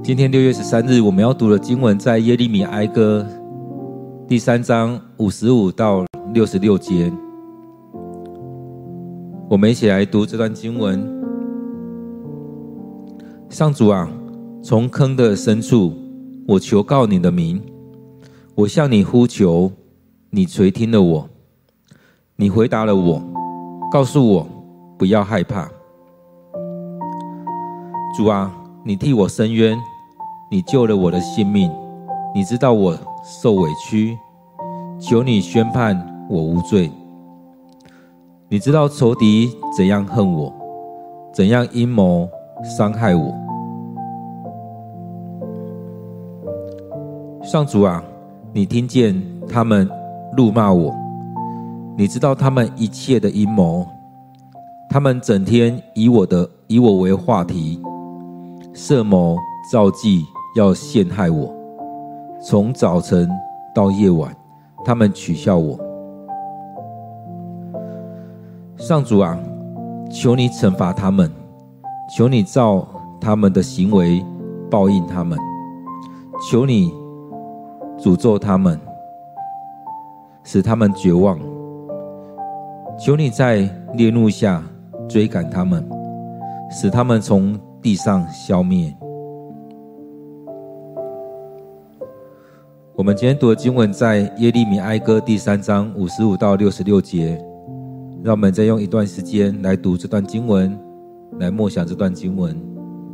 今天6月13日，我们要读的经文在耶利米哀歌第3章55到66节。我们一起来读这段经文。上主啊，从坑的深处，我求告你的名，我向你呼求，你垂听了我，你回答了我，告诉我不要害怕。主啊，你替我伸冤，你救了我的性命，你知道我受委屈，求你宣判我无罪。你知道仇敌怎样恨我，怎样阴谋伤害我。上主啊，你听见他们辱骂我，你知道他们一切的阴谋，他们整天以我为话题，设谋造计要陷害我，从早晨到夜晚，他们取笑我。上主啊，求你惩罚他们，求你照他们的行为报应他们，求你诅咒他们，使他们绝望，求你在烈怒下追赶他们，使他们从地上消灭。我们今天读的经文在耶利米哀歌第3章55到66节。让我们再用一段时间来读这段经文，来默想这段经文。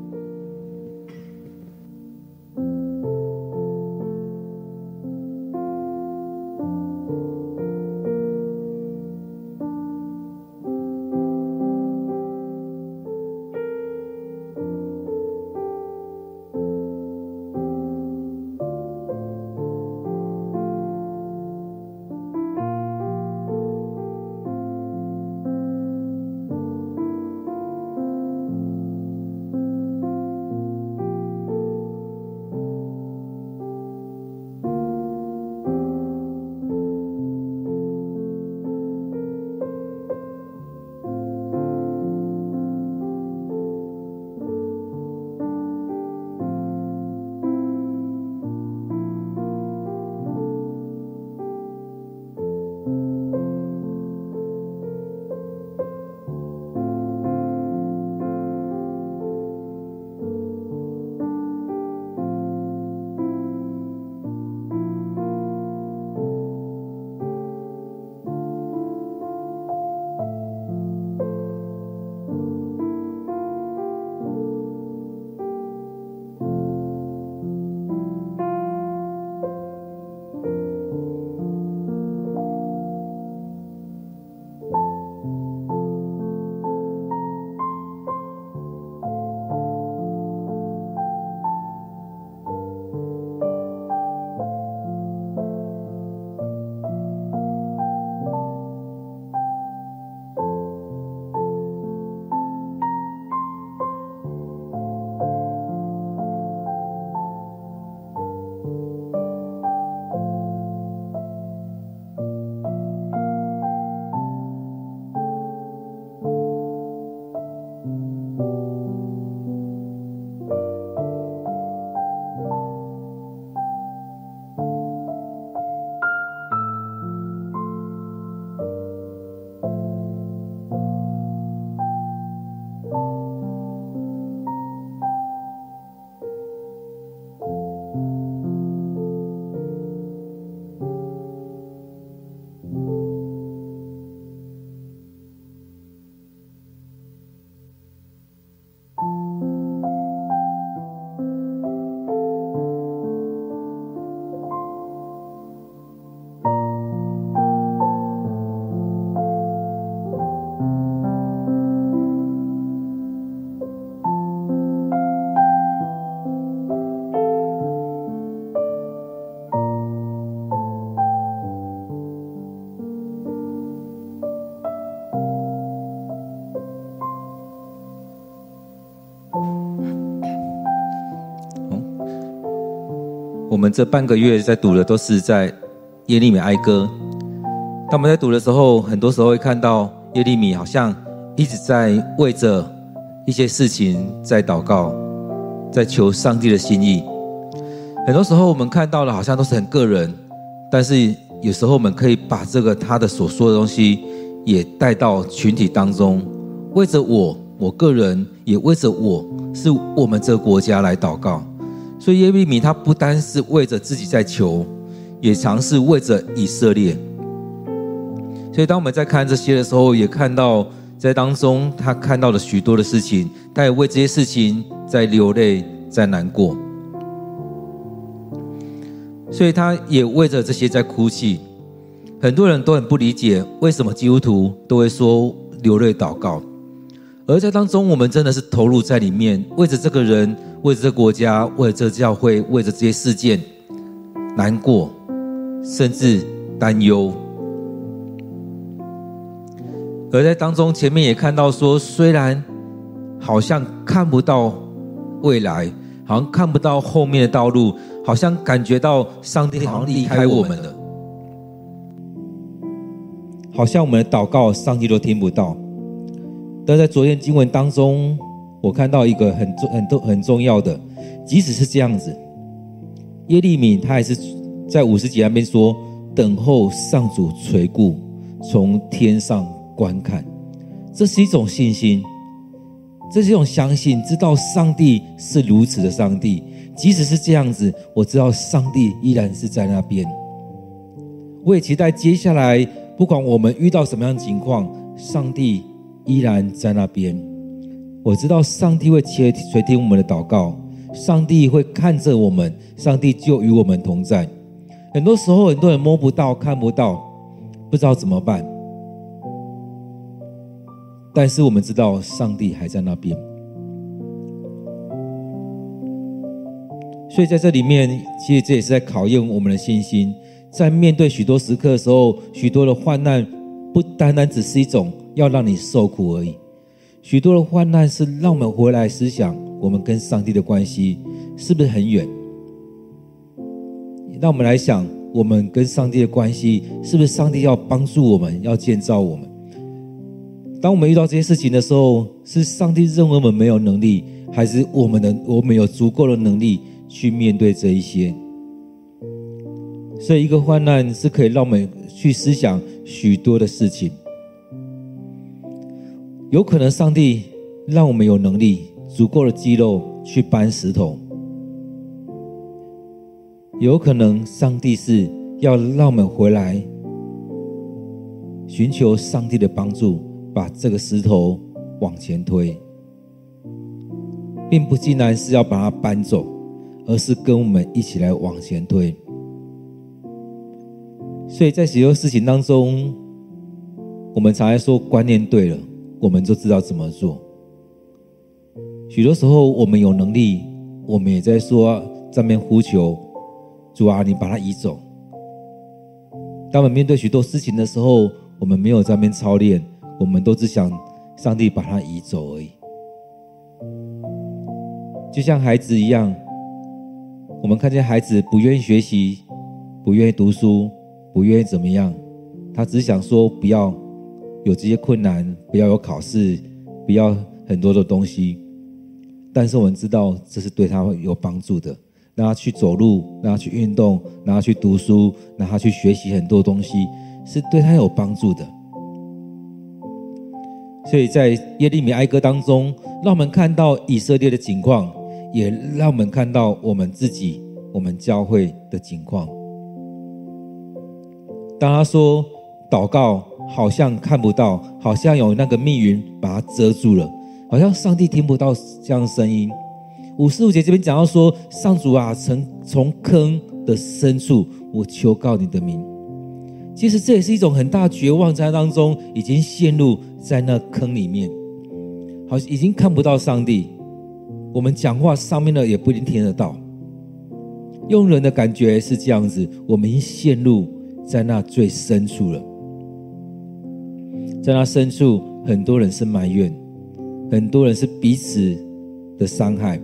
我们这半个月在读的都是在耶利米哀歌。当我们在读的时候，很多时候会看到耶利米好像一直在为着一些事情在祷告， 在求上帝的心意。很多时候我们看到的好像都是很个人，但是有时候我们可以把这个他的所说的东西也带到群体当中，为着我个人，也为着是我们这个国家来祷告。所以耶利米他不单是为着自己在求，也尝试为着以色列。所以当我们在看这些的时候，也看到在当中他看到了许多的事情，他也为这些事情在流泪，在难过。所以他也为着这些在哭泣。很多人都很不理解，为什么基督徒都会说流泪祷告，而在当中我们真的是投入在里面，为着这个人，为着这个国家，为着这个教会，为着这些事件难过，甚至担忧。而在当中前面也看到说，虽然好像看不到未来，好像看不到后面的道路，好像感觉到上帝好像离开我们了，好像我们的祷告上帝都听不到。但在昨天经文当中，我看到一个很重要的，即使是这样子，耶利米他还是在50节那边说，等候上主垂顾，从天上观看。这是一种信心，这是一种相信，知道上帝是如此的上帝。即使是这样子，我知道上帝依然是在那边。我也期待接下来不管我们遇到什么样的情况，上帝依然在那边。我知道上帝会垂听我们的祷告，上帝会看着我们，上帝就与我们同在。很多时候很多人摸不到，看不到，不知道怎么办，但是我们知道上帝还在那边。所以在这里面，其实这也是在考验我们的信心。在面对许多时刻的时候，许多的患难不单单只是一种要让你受苦而已，许多的患难是让我们回来思想我们跟上帝的关系是不是很远，让我们来想我们跟上帝的关系是不是上帝要帮助我们，要建造我们。当我们遇到这些事情的时候，是上帝认为我们没有能力，还是我们有足够的能力去面对这一些？所以一个患难是可以让我们去思想许多的事情。有可能上帝让我们有能力，足够的肌肉去搬石头，有可能上帝是要让我们回来寻求上帝的帮助，把这个石头往前推，并不尽然是要把它搬走，而是跟我们一起来往前推。所以在许多事情当中，我们常常说观念对了，我们就知道怎么做。许多时候我们有能力，我们也在说在那边呼求主啊，你把它移走。当我们面对许多事情的时候，我们没有在那边操练，我们都只想上帝把它移走而已。就像孩子一样，我们看见孩子不愿意学习，不愿意读书，不愿意怎么样，他只想说不要有这些困难，不要有考试，不要很多的东西。但是我们知道这是对他有帮助的，让他去走路，让他去运动，让他去读书，让他去学习很多东西，是对他有帮助的。所以在耶利米哀歌当中，让我们看到以色列的景况，也让我们看到我们自己，我们教会的景况。当他说祷告好像看不到，好像有那个密云把它遮住了，好像上帝听不到这样的声音。55节这边讲到说，上主啊，从坑的深处我求告你的名。其实这也是一种很大的绝望，在当中已经陷入在那坑里面，好像已经看不到上帝。我们讲话上面的也不一定听得到，用人的感觉是这样子，我们已经陷入在那最深处了。在那深处，很多人是埋怨，很多人是彼此的伤害。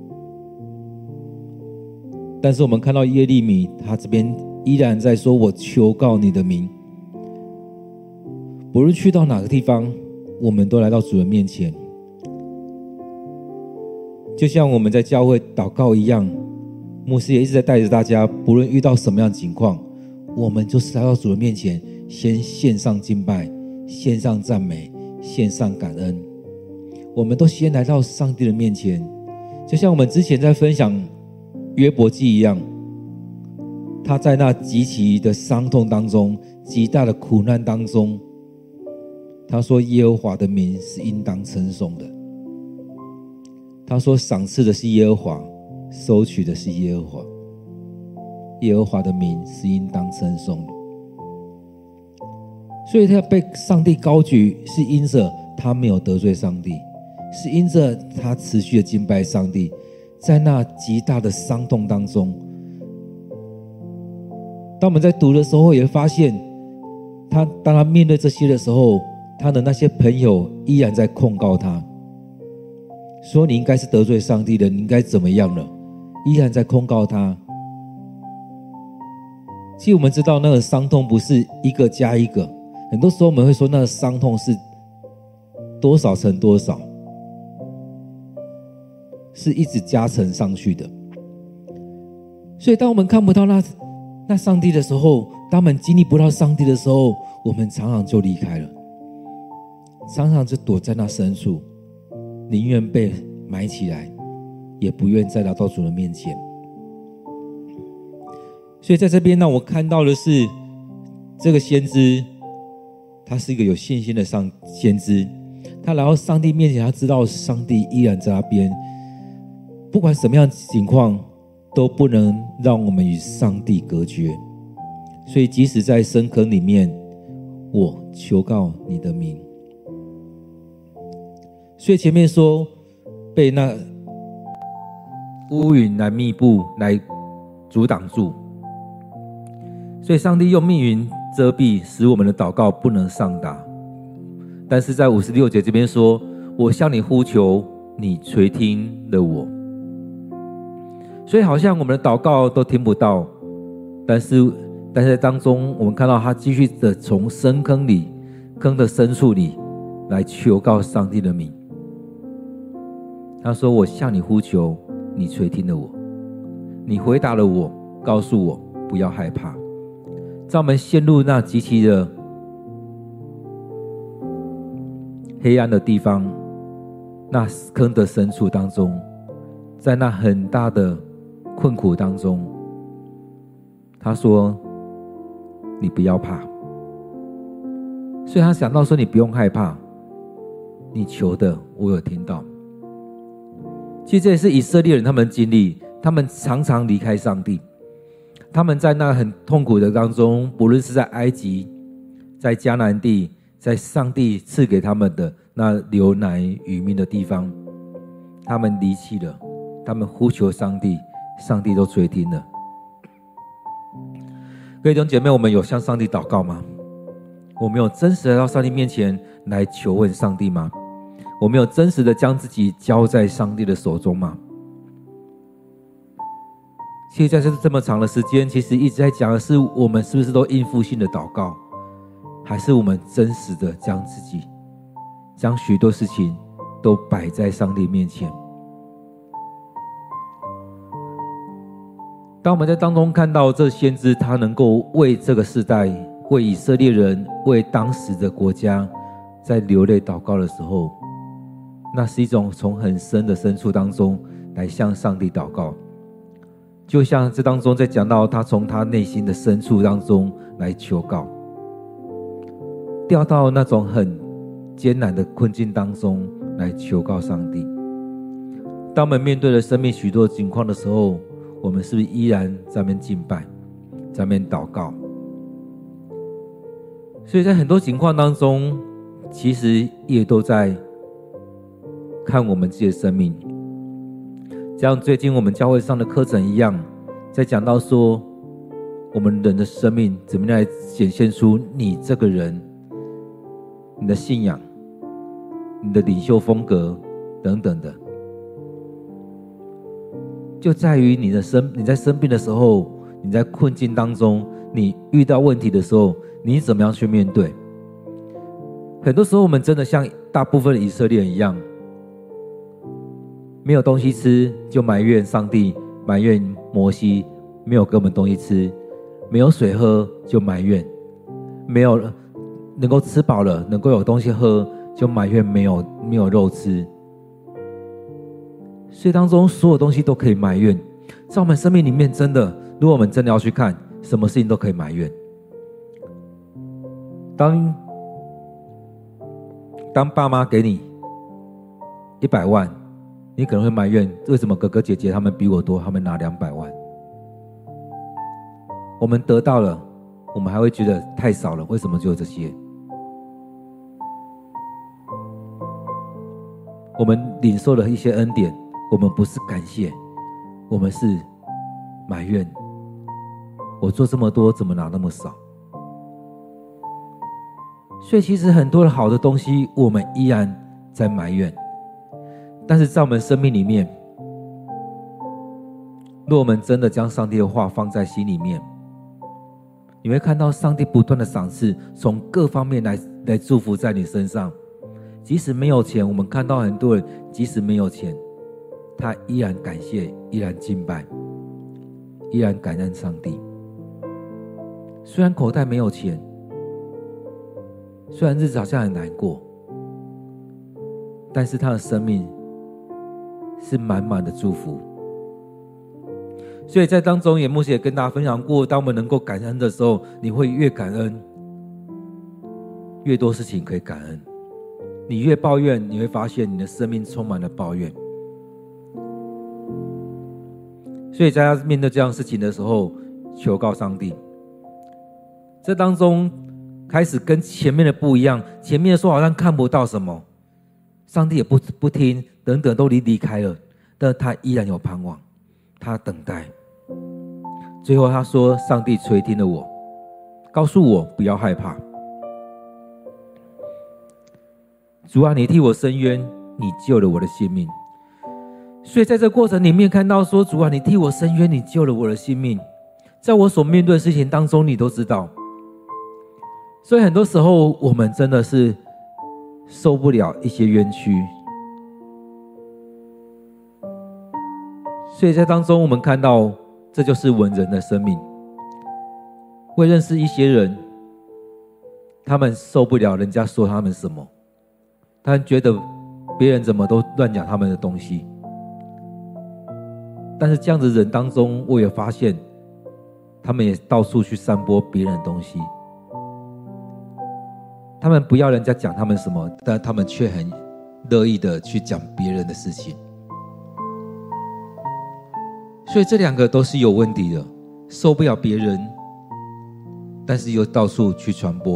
但是我们看到耶利米，他这边依然在说，我求告你的名。不论去到哪个地方，我们都来到主的面前。就就像我们在教会祷告一样，牧师也一直在带着大家，不论遇到什么样的情况，我们就是来到主的面前，先献上敬拜，献上赞美，献上感恩。我们都先来到上帝的面前，就像我们之前在分享约伯记一样，他在那极其的伤痛当中，极大的苦难当中，他说耶和华的名是应当称颂的。他说赏赐的是耶和华，收取的是耶和华，耶和华的名是应当称颂的。所以他被上帝高举，是因着他没有得罪上帝，是因着他持续的敬拜上帝。在那极大的伤痛当中，当我们在读的时候也会发现，当他面对这些的时候，他的那些朋友依然在控告他，说你应该是得罪上帝的，你应该怎么样了，依然在控告他。其实我们知道那个伤痛不是一个加一个，很多时候我们会说那个伤痛是多少乘多少，是一直加成上去的。所以当我们看不到那上帝的时候，当我们经历不到上帝的时候，我们常常就离开了，常常就躲在那深处，宁愿被埋起来，也不愿再来到主的面前。所以在这边让我看到的是，这个先知他是一个有信心的先知，他来到上帝面前，他知道上帝依然在那边，不管什么样的情况都不能让我们与上帝隔绝。所以即使在深坑里面，我求告你的名。所以前面说被那乌云来密布，来阻挡住，所以上帝用密云遮蔽，使我们的祷告不能上达。但是在56节这边说，我向你呼求，你垂听了我。所以好像我们的祷告都听不到，但是在当中我们看到他继续的从深坑里，坑的深处里来求告上帝的名。他说我向你呼求，你垂听了我，你回答了我，告诉我不要害怕。在我们陷入那极其的黑暗的地方，那坑的深处当中，在那很大的困苦当中，他说你不要怕。所以他想到说你不用害怕，你求的我有听到。其实这也是以色列人他们经历，他们常常离开上帝，他们在那很痛苦的当中，不论是在埃及，在迦南地，在上帝赐给他们的那流奶与蜜的地方，他们离弃了，他们呼求上帝，上帝都垂听了。各位弟兄姐妹，我们有向上帝祷告吗？我们有真实的到上帝面前来求问上帝吗？我们有真实的将自己交在上帝的手中吗？其实在这么长的时间，其实一直在讲的是我们是不是都应付性的祷告，还是我们真实的将自己，将许多事情都摆在上帝面前。当我们在当中看到这先知他能够为这个世代，为以色列人，为当时的国家在流泪祷告的时候，那是一种从很深的深处当中来向上帝祷告。就像这当中在讲到他从他内心的深处当中来求告，掉到那种很艰难的困境当中来求告上帝。当我们面对了生命许多情况的时候，我们是不是依然在那边敬拜，在那边祷告？所以在很多情况当中，其实也都在看我们自己的生命。像最近我们教会上的课程一样，在讲到说我们人的生命怎么样来显现出你这个人，你的信仰，你的领袖风格等等的，就在于你在生病的时候，你在困境当中，你遇到问题的时候，你怎么样去面对？很多时候我们真的像大部分的以色列人一样， 没有东西吃就埋怨上帝，埋怨摩西没有给我们东西吃；没有水喝就埋怨，没有能够吃饱了，能够有东西喝就埋怨没有肉吃。所以当中所有东西都可以埋怨，在我们生命里面真的，如果我们真的要去看，什么事情都可以埋怨。当爸妈给你100万，你可能会埋怨为什么哥哥姐姐他们比我多，他们拿200万。我们得到了，我们还会觉得太少了，为什么只有这些？我们领受了一些恩典，我们不是感谢，我们是埋怨。我做这么多，怎么拿那么少？所以其实很多的好的东西，我们依然在埋怨。但是在我们生命里面，若我们真的将上帝的话放在心里面，你会看到上帝不断的赏赐，从各方面来祝福在你身上。即使没有钱，我们看到很多人即使没有钱，他依然感谢，依然敬拜，依然感恩上帝。虽然口袋没有钱，虽然日子好像很难过，但是他的生命是满满的祝福。所以在当中，牧师也跟大家分享过，当我们能够感恩的时候，你会越感恩，越多事情可以感恩。你越抱怨，你会发现你的生命充满了抱怨。所以在面对这样事情的时候，求告上帝。这当中开始跟前面的不一样，前面的说好像看不到什么，上帝也不听，等等都离开了，但他依然有盼望，他等待。最后他说，上帝垂听了我，告诉我不要害怕。主啊，你替我伸冤，你救了我的性命。所以在这过程里面看到说，主啊，你替我伸冤，你救了我的性命。在我所面对的事情当中，你都知道。所以很多时候我们真的是受不了一些冤屈。所以在当中我们看到，这就是文人的生命。会认识一些人，他们受不了人家说他们什么，他们觉得别人怎么都乱讲他们的东西。但是这样的人当中，我也发现他们也到处去散播别人的东西。他们不要人家讲他们什么，但他们却很乐意的去讲别人的事情。所以这两个都是有问题的，受不了别人，但是又到处去传播。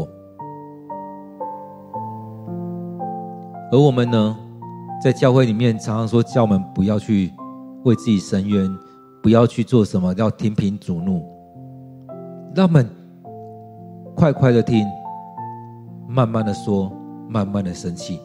而我们呢，在教会里面常常说叫我们不要去为自己伸冤，不要去做什么，要听凭主怒，让我们快快的听，慢慢的说，慢慢的生气。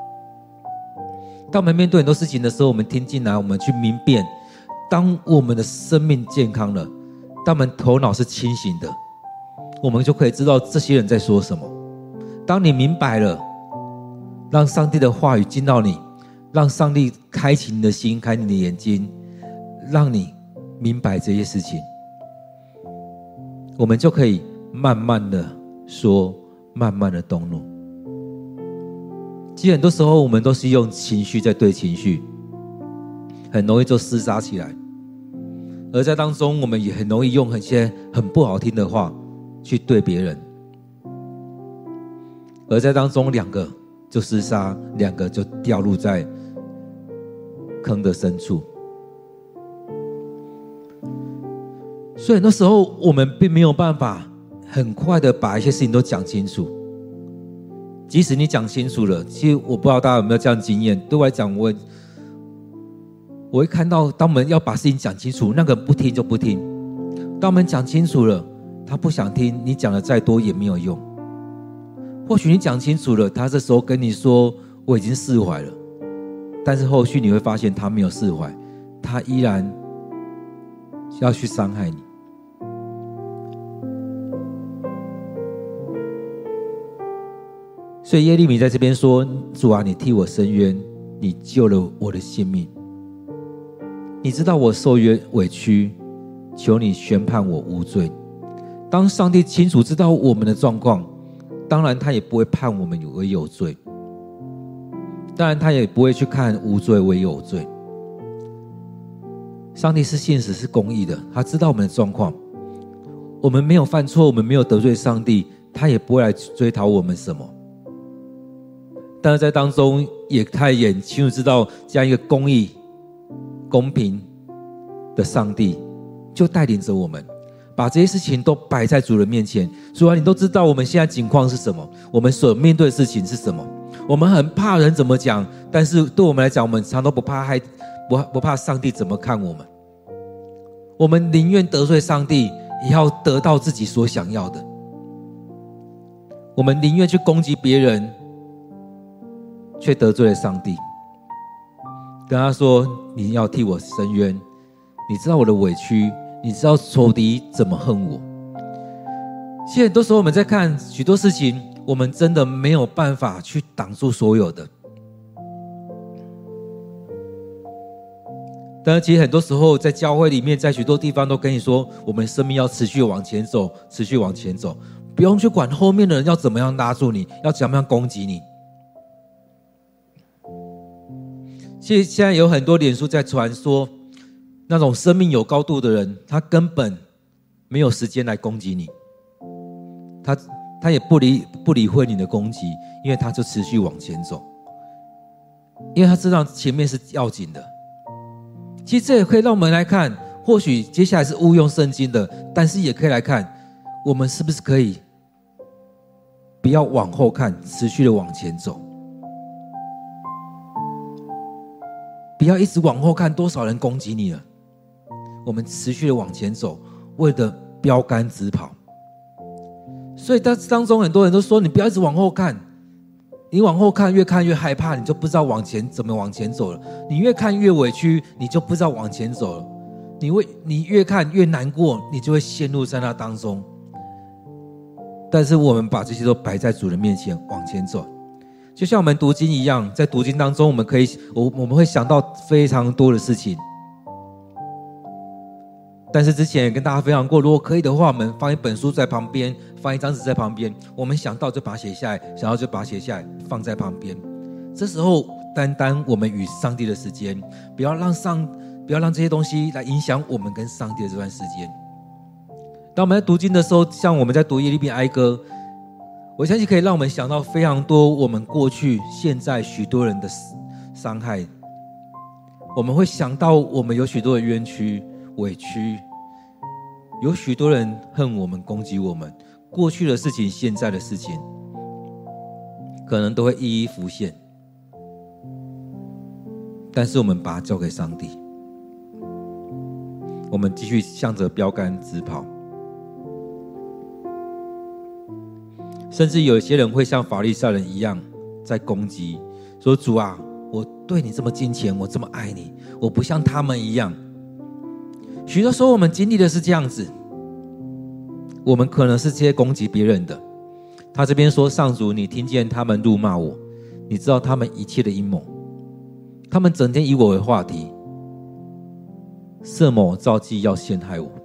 当我们面对很多事情的时候，我们听进来，我们去明辨。当我们的生命健康了，当我们头脑是清醒的，我们就可以知道这些人在说什么。当你明白了，让上帝的话语进到你，让上帝开启你的心，开你的眼睛，让你明白这些事情，我们就可以慢慢的说，慢慢的动怒。其实很多时候我们都是用情绪在对情绪，很容易就厮杀起来。而在当中我们也很容易用一些很不好听的话去对别人，而在当中两个就厮杀，两个就掉入在坑的深处。所以很多时候我们并没有办法很快的把一些事情都讲清楚。即使你讲清楚了，其实我不知道大家有没有这样的经验，对我来讲，我会看到当我们要把事情讲清楚，那个人不听就不听。当我们讲清楚了，他不想听，你讲的再多也没有用。或许你讲清楚了，他这时候跟你说我已经释怀了，但是后续你会发现他没有释怀，他依然要去伤害你。所以耶利米在这边说，主啊，你替我伸冤，你救了我的性命。 你知道我受委屈，求你宣判我无罪。当上帝清楚知道我们的状况，当然他也不会判我们为有罪，当然他也不会去看无罪为有罪。上帝是信实是公义的，他知道我们的状况，我们没有犯错，我们没有得罪上帝，他也不会来追讨我们什么。但是在当中也太清楚知道这样一个公义公平的上帝就带领着我们，把这些事情都摆在主人面前。主啊，你都知道我们现在境况是什么，我们所面对的事情是什么。我们很怕人怎么讲，但是对我们来讲，我们常都不怕上帝怎么看我们。我们宁愿得罪上帝，也要得到自己所想要的。我们宁愿去攻击别人，却得罪了上帝。跟他说，你要替我伸冤，你知道我的委屈，你知道仇敌怎么恨我。其实很多时候我们在看许多事情，我们真的没有办法去挡住所有的。但是其实很多时候在教会里面，在许多地方都跟你说，我们生命要持续往前走，持续往前走，不用去管后面的人要怎么样拉住你，要怎么样攻击你。其实现在有很多脸书在传说，那种生命有高度的人，他根本没有时间来攻击你，他也不理会你的攻击，因为他就持续往前走，因为他知道前面是要紧的。其实这也可以让我们来看，或许接下来是误用圣经的，但是也可以来看，我们是不是可以不要往后看，持续的往前走。不要一直往后看多少人攻击你了，我们持续的往前走，为了标杆直跑。所以当中很多人都说，你不要一直往后看，你往后看越看越害怕，你就不知道怎么往前走了。你越看越委屈，你就不知道往前走了。你越看越难过，你就会陷入在那当中。但是我们把这些都摆在主人面前往前走，就像我们读经一样，在读经当中，我们会想到非常多的事情。但是之前也跟大家分享过，如果可以的话，我们放一本书在旁边，放一张纸在旁边，我们想到就把它写下来，想到就把它写下来，放在旁边。这时候单我们与上帝的时间，不要让这些东西来影响我们跟上帝的这段时间。当我们在读经的时候，像我们在读耶利米哀歌，我相信可以让我们想到非常多我们过去现在许多人的伤害。我们会想到我们有许多的冤屈委屈，有许多人恨我们攻击我们，过去的事情现在的事情可能都会一一浮现，但是我们把它交给上帝，我们继续向着标杆直跑。甚至有些人会像法利赛人一样在攻击，说主啊，我对你这么敬虔，我这么爱你，我不像他们一样。许多时候我们经历的是这样子，我们可能是这些攻击别人的。他这边说，上主，你听见他们辱骂我，你知道他们一切的阴谋，他们整天以我为话题，设谋造计要陷害我。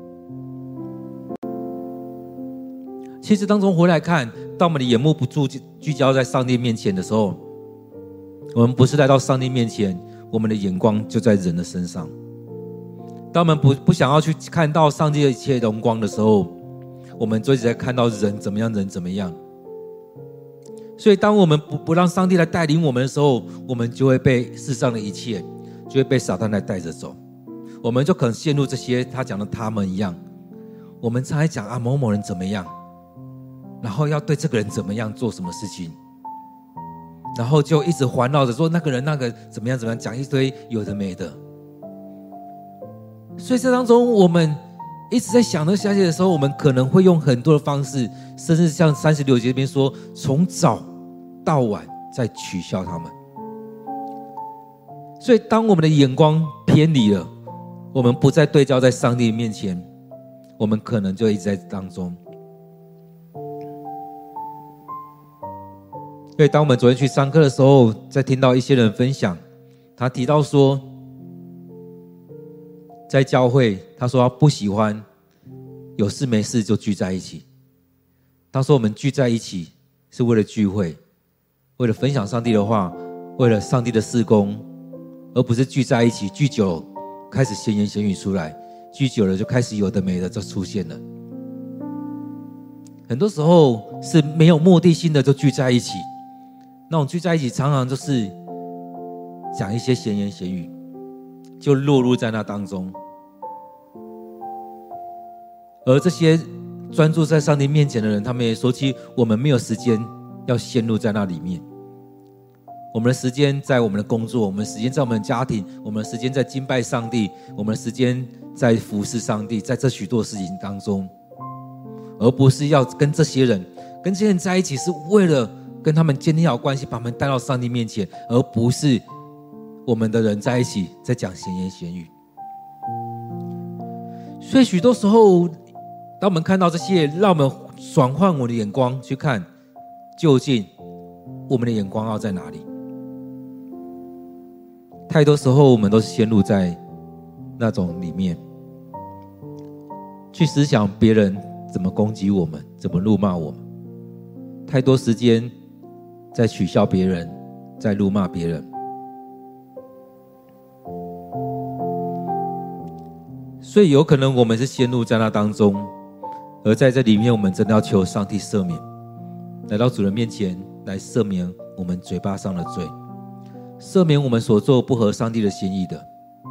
其实当中回来看，当我们的眼目不住聚焦在上帝面前的时候，我们不是来到上帝面前，我们的眼光就在人的身上。当我们不想要去看到上帝的一切荣光的时候，我们就一直在看到人怎么样，人怎么样。所以当我们不让上帝来带领我们的时候，我们就会被世上的一切，就会被撒旦来带着走。我们就可能陷入这些他讲的他们一样，我们常常讲啊某某人怎么样，然后要对这个人怎么样做什么事情，然后就一直环绕着说那个人那个怎么样怎么样，讲一堆有的没的。所以这当中我们一直在想这下去的时候，我们可能会用很多的方式，甚至像36节这边说，从早到晚在取笑他们。所以当我们的眼光偏离了，我们不再对焦在上帝面前，我们可能就一直在当中。所以当我们昨天去上课的时候，在听到一些人分享，他提到说， 在教会，他说他不喜欢有事没事就聚在一起。他说我们聚在一起是为了聚会，为了分享上帝的话，为了上帝的事工，而不是聚在一起，聚久开始闲言闲语出来，聚久了就开始有的没的就出现了。很多时候是没有目的性的就聚在一起，那种聚在一起常常就是讲一些闲言闲语，就落入在那当中。而这些专注在上帝面前的人，他们也说起我们没有时间要陷入在那里面。我们的时间在我们的工作，我们的时间在我们的家庭，我们的时间在敬拜上帝，我们的时间在服侍上帝，在这许多事情当中，而不是要跟这些人在一起，是为了跟他们建立好关系，把他们带到上帝面前，而不是我们的人在一起在讲闲言闲语。所以许多时候当我们看到这些，让我们转换我们的眼光去看，究竟我们的眼光要在哪里。太多时候我们都是陷入在那种里面，去思想别人怎么攻击我们，怎么辱骂我们，太多时间在取笑别人，在辱骂别人。所以有可能我们是陷入在那当中，而在这里面我们真的要求上帝赦免，来到主人面前来赦免我们嘴巴上的罪，赦免我们所做不合上帝的心意的。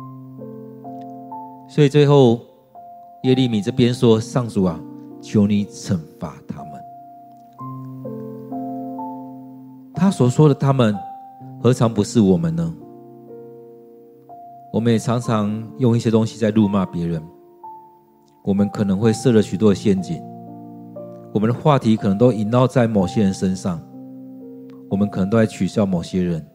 所以最后耶利米这边说，上主啊，求你惩罚他们。他所说的他们何尝不是我们呢？我们也常常用一些东西在辱骂别人，我们可能会设了许多的陷阱，我们的话题可能都引到在某些人身上，我们可能都在取笑某些人。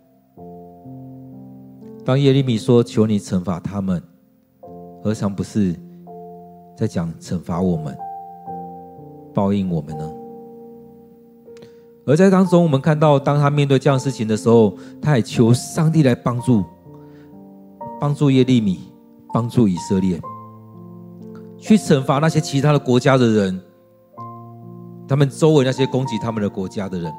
当耶利米说求你惩罚他们，何尝不是在讲惩罚我们，报应我们呢？而在当中我们看到，当他面对这样的事情的时候，他也求上帝来帮助耶利米，帮助以色列，去惩罚那些其他的国家的人，他们周围那些攻击他们的国家的人。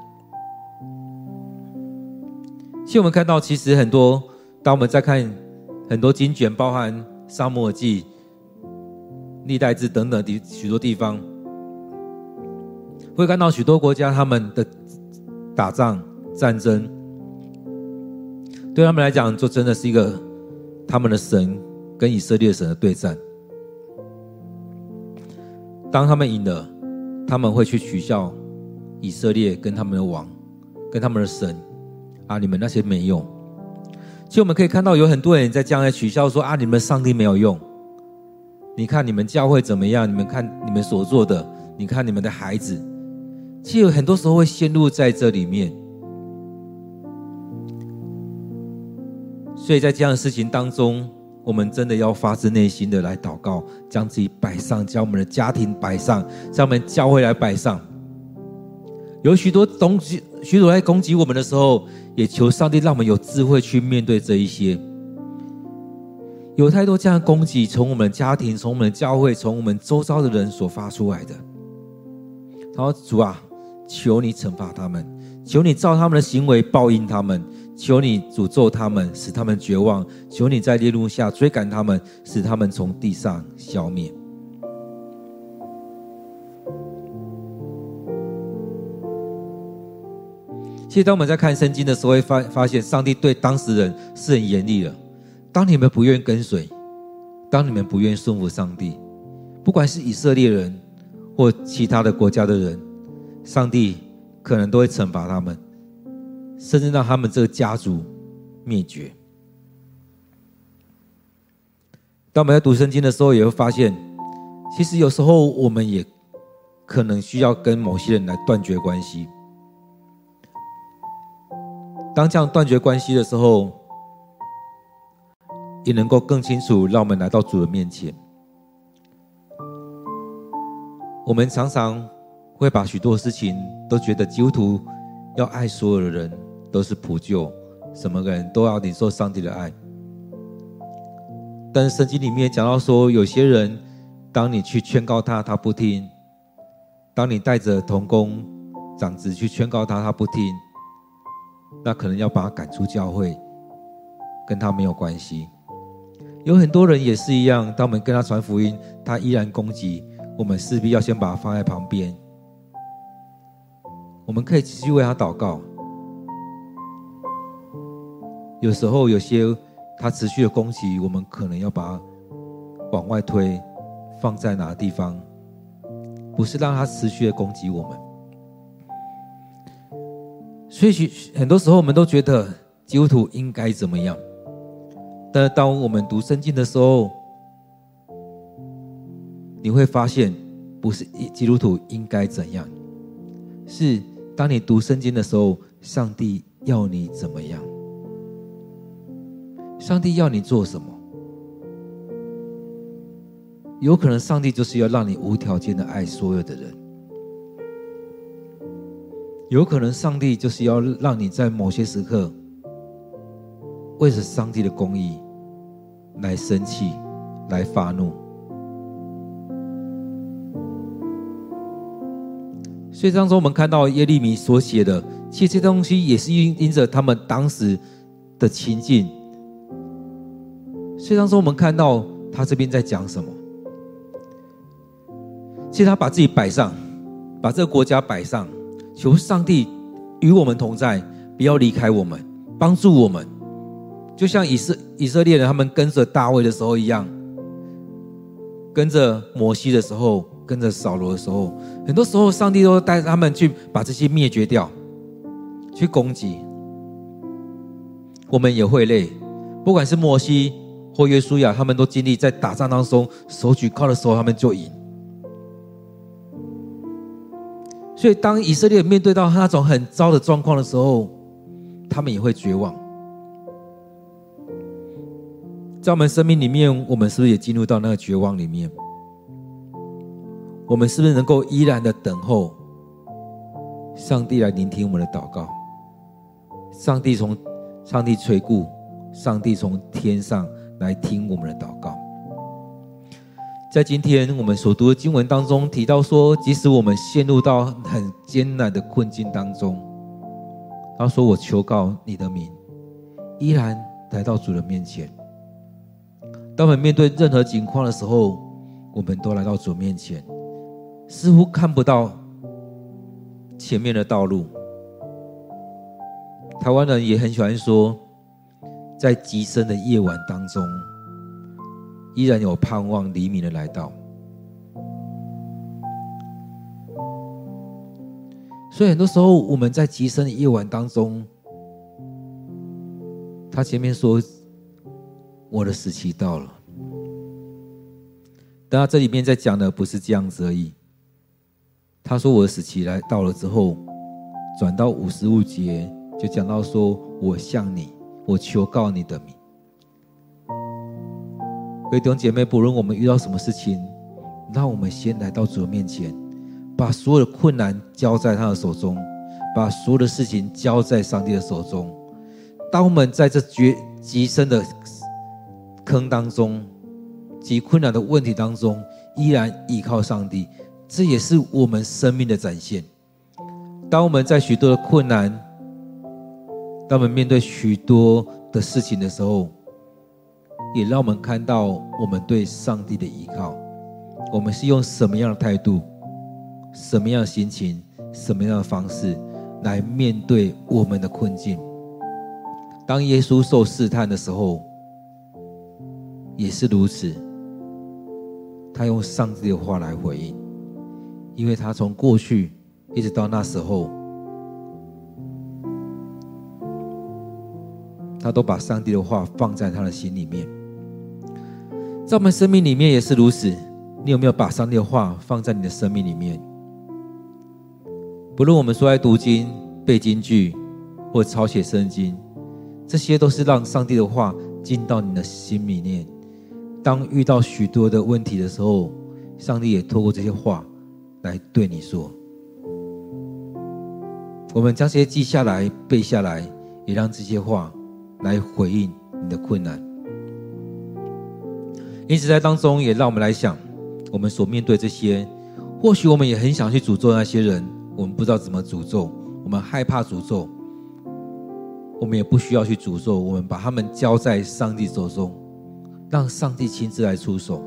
其实我们看到，其实很多，当我们在看很多经卷，包含撒母耳记、历代志等等许多地方，会看到许多国家他们的打仗战争，对他们来讲就真的是一个他们的神跟以色列神的对战。当他们赢了，他们会去取笑以色列跟他们的王跟他们的神啊，你们那些没用。其实我们可以看到有很多人在这样来取笑说啊，你们上帝没有用，你看你们教会怎么样，你们看你们所做的，你看你们的孩子。其实有很多时候会陷入在这里面。所以在这样的事情当中，我们真的要发自内心的来祷告，将自己摆上，将我们的家庭摆上，将我们教会来摆上。有许多来攻击我们的时候，也求上帝让我们有智慧去面对这一些。有太多这样的攻击，从我们的家庭，从我们的教会，从我们周遭的人所发出来的。然后主啊，求你惩罚他们，求你照他们的行为报应他们，求你诅咒他们，使他们绝望，求你在烈怒下追赶他们，使他们从地上消灭。其实当我们在看圣经的时候，会发现上帝对当时人是很严厉的。当你们不愿跟随，当你们不愿顺服上帝，不管是以色列人或其他的国家的人，上帝可能都会惩罚他们，甚至让他们这个家族灭绝。当我们在读圣经的时候，也会发现，其实有时候我们也可能需要跟某些人来断绝关系。当这样断绝关系的时候，也能够更清楚让我们来到主的面前。我们常常会把许多事情都觉得基督徒要爱所有的人，都是普救，什么人都要领受上帝的爱。 但是圣经里面讲到说，有些人当你去劝告他，他不听；当你带着同工长子去劝告他，他不听，那可能要把他赶出教会，跟他没有关系。有很多人也是一样，当我们跟他传福音，他依然攻击，我们势必要先把他放在旁边。我们可以继续为他祷告。有时候有些他持续的攻击，我们可能要把他往外推，放在哪个地方，不是让他持续的攻击我们。所以很多时候我们都觉得基督徒应该怎么样，但是当我们读圣经的时候，你会发现不是基督徒应该怎样，是当你读圣经的时候，上帝要你怎么样，上帝要你做什么。有可能上帝就是要让你无条件的爱所有的人，有可能上帝就是要让你在某些时刻为着上帝的公义来生气，来发怒。所以当中我们看到耶利米所写的，其实这东西也是因着他们当时的情境。所以当中我们看到他这边在讲什么，其实他把自己摆上，把这个国家摆上，求上帝与我们同在，不要离开我们，帮助我们，就像以色列人他们跟着大卫的时候一样，跟着摩西的时候，跟着扫罗的时候，很多时候上帝都带他们去把这些灭绝掉，去攻击。我们也会累，不管是摩西或约书亚，他们都经历在打仗当中手举高的时候他们就赢。所以当以色列面对到那种很糟的状况的时候，他们也会绝望。在我们生命里面，我们是不是也进入到那个绝望里面？我们是不是能够依然的等候上帝来聆听我们的祷告？上帝垂顾，上帝从天上来听我们的祷告。在今天我们所读的经文当中提到说，即使我们陷入到很艰难的困境当中，他说我求告你的名，依然来到主的面前。当我们面对任何境况的时候，我们都来到主面前，似乎看不到前面的道路。台湾人也很喜欢说，在极深的夜晚当中，依然有盼望黎明的来到。所以很多时候我们在极深的夜晚当中，他前面说我的死期到了，但他这里面在讲的不是这样子而已。他说我的死期来到了之后，转到55节就讲到说，我向你，我求告你的名。各位弟兄姐妹，不论我们遇到什么事情，让我们先来到主的面前，把所有的困难交在他的手中，把所有的事情交在上帝的手中。当我们在这极深的坑当中，极困难的问题当中，依然依靠上帝，这也是我们生命的展现。当我们在许多的困难，当我们面对许多的事情的时候，也让我们看到我们对上帝的依靠。我们是用什么样的态度，什么样的心情，什么样的方式来面对我们的困境。当耶稣受试探的时候也是如此，他用上帝的话来回应，因为他从过去一直到那时候，他都把上帝的话放在他的心里面。在我们生命里面也是如此，你有没有把上帝的话放在你的生命里面？不论我们说在读经、背经句或抄写圣经，这些都是让上帝的话进到你的心里面。当遇到许多的问题的时候，上帝也透过这些话来对你说。我们将这些记下来、背下来，也让这些话来回应你的困难。 因此在当中也让我们来想，我们所面对这些，或许我们也很想去诅咒那些人，我们不知道怎么诅咒，我们害怕诅咒，我们也不需要去诅咒，我们把他们交在上帝手中，让上帝亲自来出手。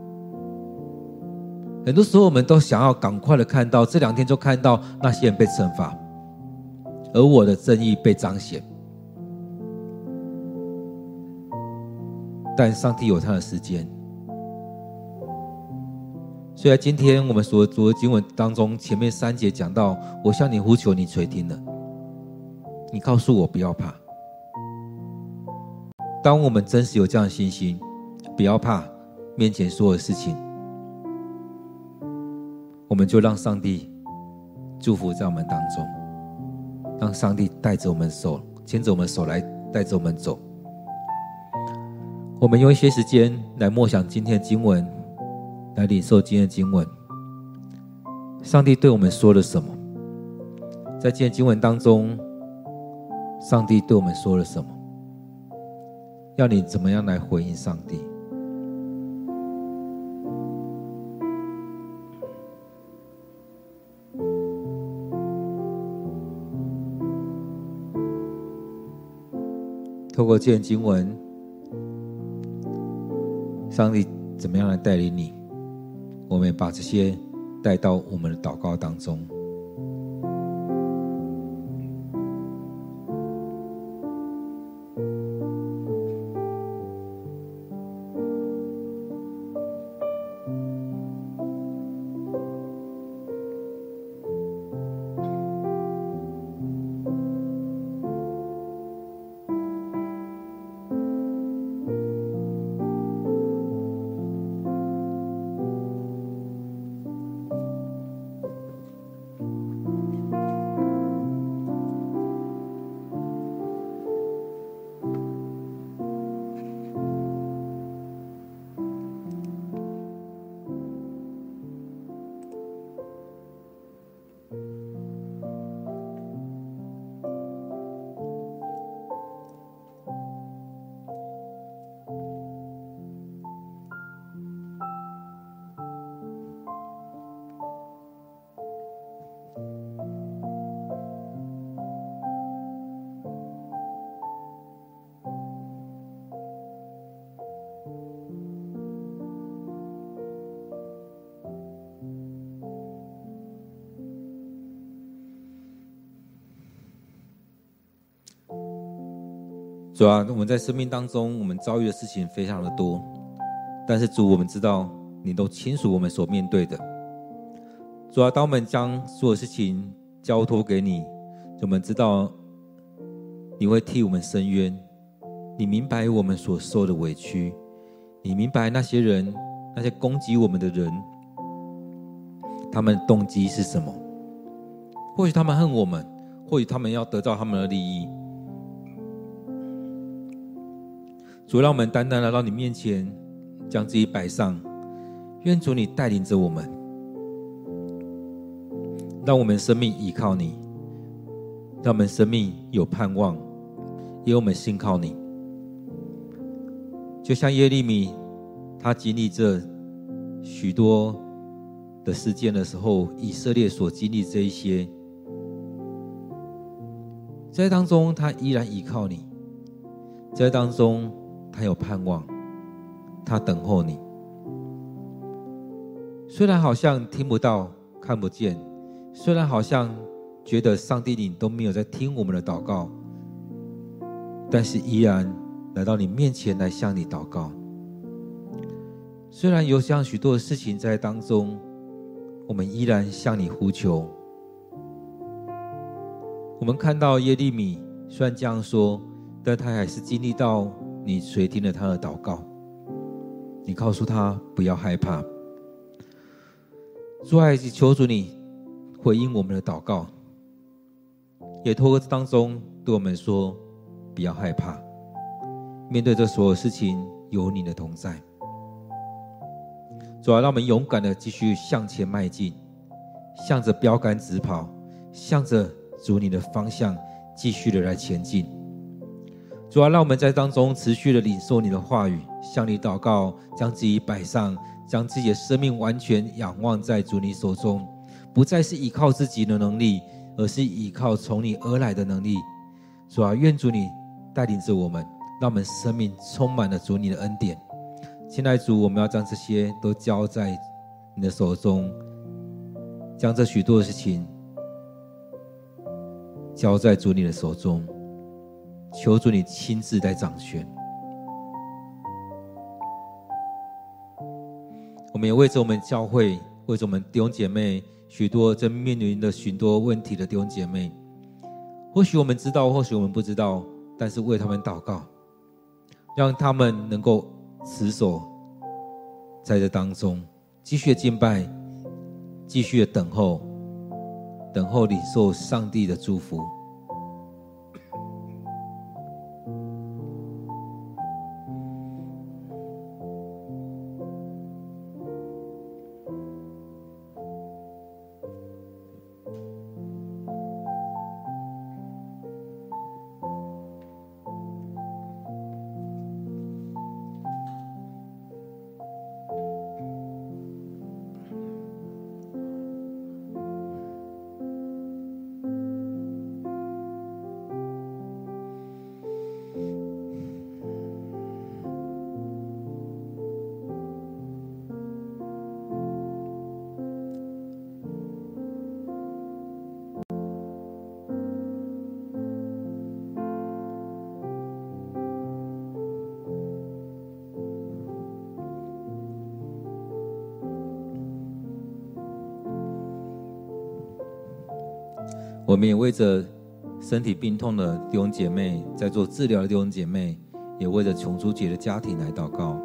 很多时候我们都想要赶快的看到，这2天就看到那些人被惩罚，而我的正义被彰显。但上帝有他的时间，所以在今天我们所读的经文当中，前面3节讲到，我向你呼求，你垂听了，你告诉我不要怕。当我们真实有这样的信心，不要怕面前所有的事情，我们就让上帝祝福在我们当中，让上帝带着我们手，牵着我们手来带着我们走。我们用一些时间来默想今天的经文，来领受今天的经文。上帝对我们说了什么？在今天的经文当中，上帝对我们说了什么？要你怎么样来回应上帝？透过今天的经文，上帝怎么样来带领你？我们也把这些带到我们的祷告当中。主啊，我们在生命当中，我们遭遇的事情非常的多，但是主，我们知道你都清楚我们所面对的。主啊，当我们将所有事情交托给你，我们知道你会替我们伸冤，你明白我们所受的委屈，你明白那些人，那些攻击我们的人，他们的动机是什么？或许他们恨我们，或许他们要得到他们的利益。主，让我们单单来到你面前，将自己摆上，愿主你带领着我们，让我们生命依靠你，让我们生命有盼望，也有我们信靠你。就像耶利米，他经历着许多的事件的时候，以色列所经历这一些，在当中他依然依靠你，在当中他有盼望，他等候你。虽然好像听不到看不见，虽然好像觉得上帝你都没有在听我们的祷告，但是依然来到你面前来向你祷告。虽然有这样许多的事情在当中，我们依然向你呼求。我们看到耶利米虽然这样说，但他还是经历到你垂听了他的祷告，你告诉他不要害怕。主啊，求主你回应我们的祷告，也透过这当中对我们说不要害怕，面对这所有事情有你的同在。主啊，让我们勇敢的继续向前迈进，向着标杆直跑，向着主你的方向继续的来前进。 主啊，让我们在当中持续的领受你的话语，向你祷告，将自己摆上，将自己的生命完全仰望在主你手中，不再是依靠自己的能力，而是依靠从你而来的能力。主啊，愿主你带领着我们，让我们生命充满了主你的恩典。亲爱的主，我们要将这些都交在你的手中，将这许多的事情交在主你的手中，求主你亲自来掌权。我们也为着我们教会，为着我们弟兄姐妹，许多正面临的许多问题的弟兄姐妹，或许我们知道，或许我们不知道，但是为他们祷告，让他们能够持守在这当中，继续的敬拜，继续的等候，等候领受上帝的祝福。我们也为着身体病痛的弟兄姐妹，在做治疗的弟兄姐妹，也为着琼珠姐的家庭来祷告。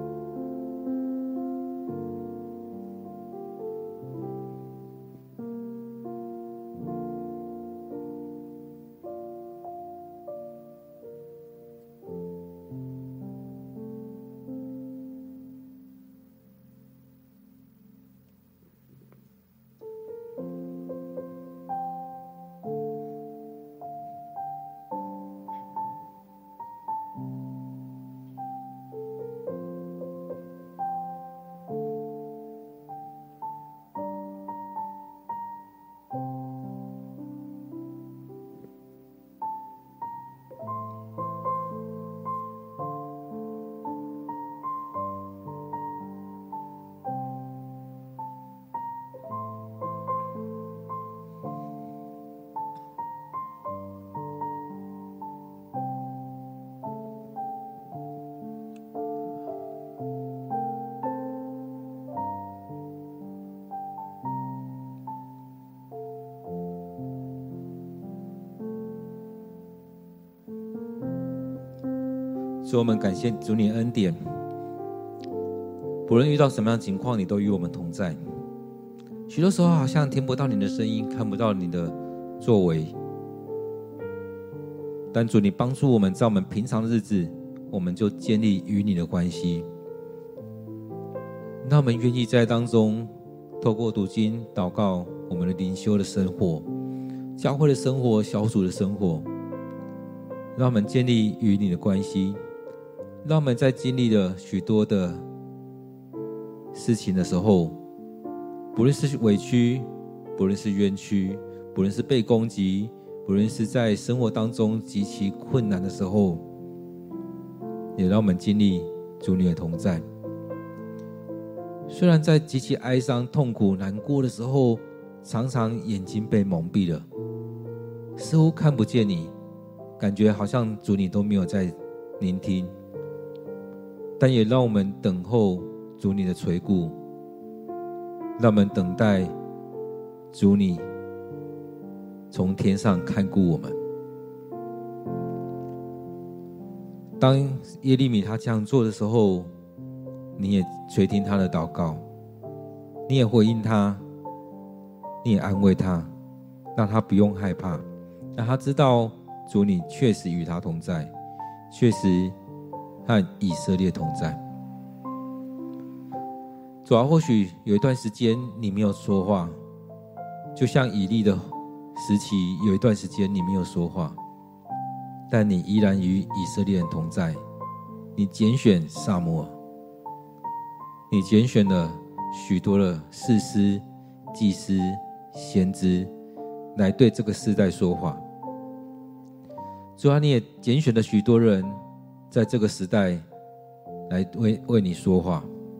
所以我们感谢主你的恩典，不论遇到什么样的情况，你都与我们同在。许多时候好像听不到你的声音，看不到你的作为，但主你帮助我们，在我们平常的日子，我们就建立与你的关系。那我们愿意在当中透过读经祷告，我们的灵修的生活，教会的生活，小组的生活，让我们建立与你的关系，让我们在经历了许多的事情的时候，不论是委屈，不论是冤屈，不论是被攻击，不论是在生活当中极其困难的时候，也让我们经历主你的同在。虽然在极其哀伤、痛苦、难过的时候，常常眼睛被蒙蔽了，似乎看不见你，感觉好像主你都没有在聆听，但也让我们等候主你的垂顾，让我们等待主你从天上看顾我们。当耶利米他这样做的时候，你也垂听他的祷告，你也回应他，你也安慰他，让他不用害怕，让他知道主你确实与他同在，确实和以色列同在。主啊，或许有一段时间你没有说话，就像以利的时期有一段时间你没有说话， 但你依然与以色列人同在。你拣选撒母耳，你拣选了许多的士师、祭司、先知来对这个世代说话。主啊，你也拣选了许多人在这个时代来为你说话，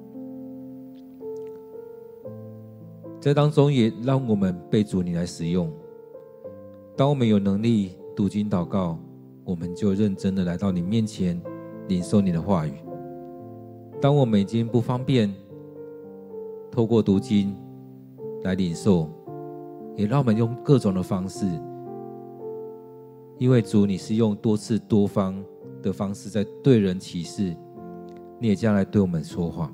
在当中也让我们被主你来使用。当我们有能力读经祷告，我们就认真的来到你面前领受你的话语。当我们已经不方便透过读经来领受，也让我们用各种的方式，因为主你是用多次多方的方式在对人启示，你也将来对我们说话。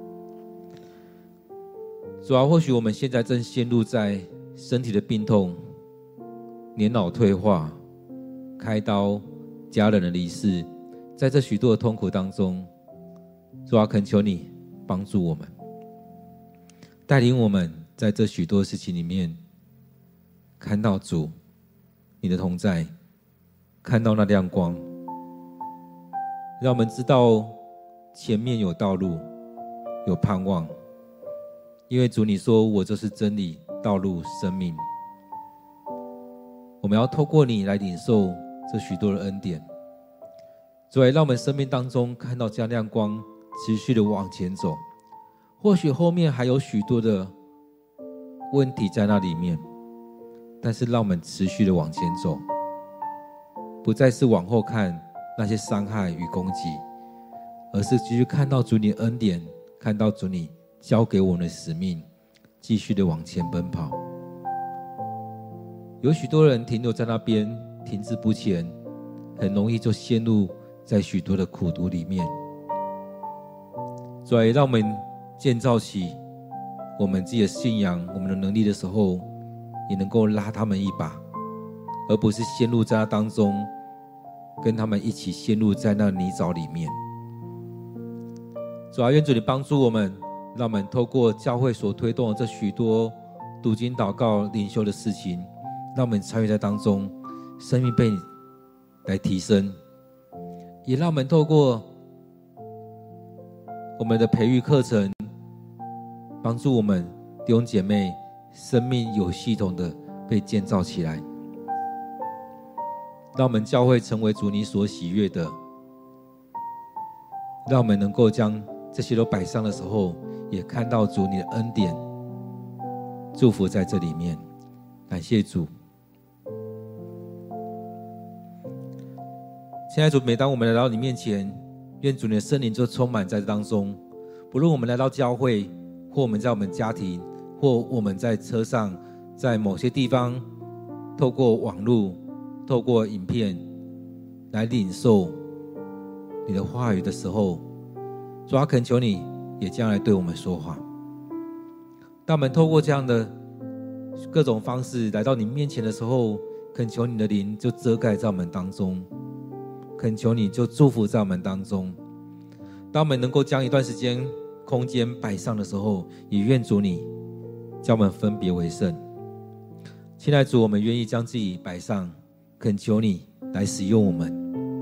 主啊，或许我们现在正陷入在身体的病痛、年老退化、开刀、家人的离世，在这许多的痛苦当中，主啊，恳求你帮助我们，带领我们在这许多事情里面看到主你的同在，看到那亮光，让我们知道前面有道路，有盼望。因为主你说，我就是真理、道路、生命。我们要透过你来领受这许多的恩典，主啊，让我们生命当中看到这样亮光，持续的往前走。或许后面还有许多的问题在那里面，但是让我们持续的往前走，不再是往后看那些伤害与攻击，而是继续看到主你的恩典，看到主你交给我们的使命，继续的往前奔跑。有许多人停留在那边，停滞不前，很容易就陷入在许多的苦毒里面。所以让我们建造起我们自己的信仰，我们的能力的时候，也能够拉他们一把，而不是陷入在那当中，跟他们一起陷入在那泥沼里面。主啊，愿主你帮助我们，让我们透过教会所推动的这许多读经祷告灵修的事情，让我们参与在当中，生命被你来提升，也让我们透过我们的培育课程，帮助我们弟兄姐妹生命有系统的被建造起来，让我们教会成为主你所喜悦的，让我们能够将这些都摆上的时候，也看到主你的恩典祝福在这里面。感谢主。现在主，每当我们来到你面前，愿主你的圣灵就充满在当中，不论我们来到教会，或我们在我们家庭，或我们在车上，在某些地方透过网络，透过影片来领受你的话语的时候，主啊，恳求你也将来对我们说话。当我们透过这样的各种方式来到你面前的时候，恳求你的灵就遮盖在我们当中，恳求你就祝福在我们当中。当我们能够将一段时间空间摆上的时候，也愿主你将我们分别为圣。亲爱的主，我们愿意将自己摆上，恳求你来使用我们。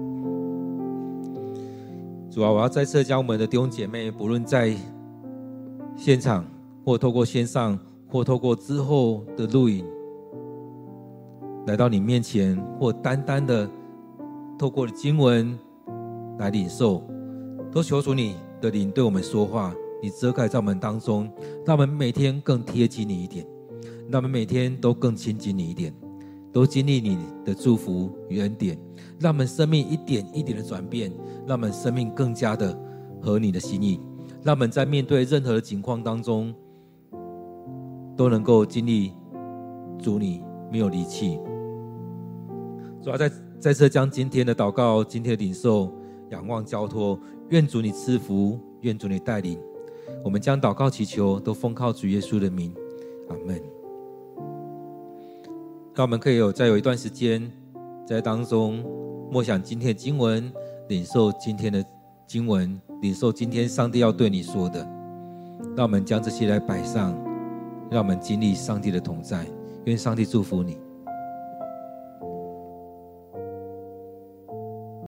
主啊，我要再次将我们的弟兄姐妹，不论在现场，或透过线上，或透过之后的录影，来到你面前，或单单的透过经文来领受，都求主你的灵对我们说话，你遮盖在我们当中，让我们每天更贴近你一点，让我们每天都更亲近你一点，都经历你的祝福与恩典，让我们生命一点一点的转变，让我们生命更加的合你的心意，让我们在面对任何的情况当中，都能够经历主你没有离弃。主啊，再次将今天的祷告、今天的领受、仰望交托，愿主你赐福，愿主你带领。我们将祷告祈求都奉靠主耶稣的名，阿们。让我们可以再有一段时间在当中默想今天的经文，领受今天的经文，领受今天上帝要对你说的。让我们将这些来摆上，让我们经历上帝的同在。愿上帝祝福你。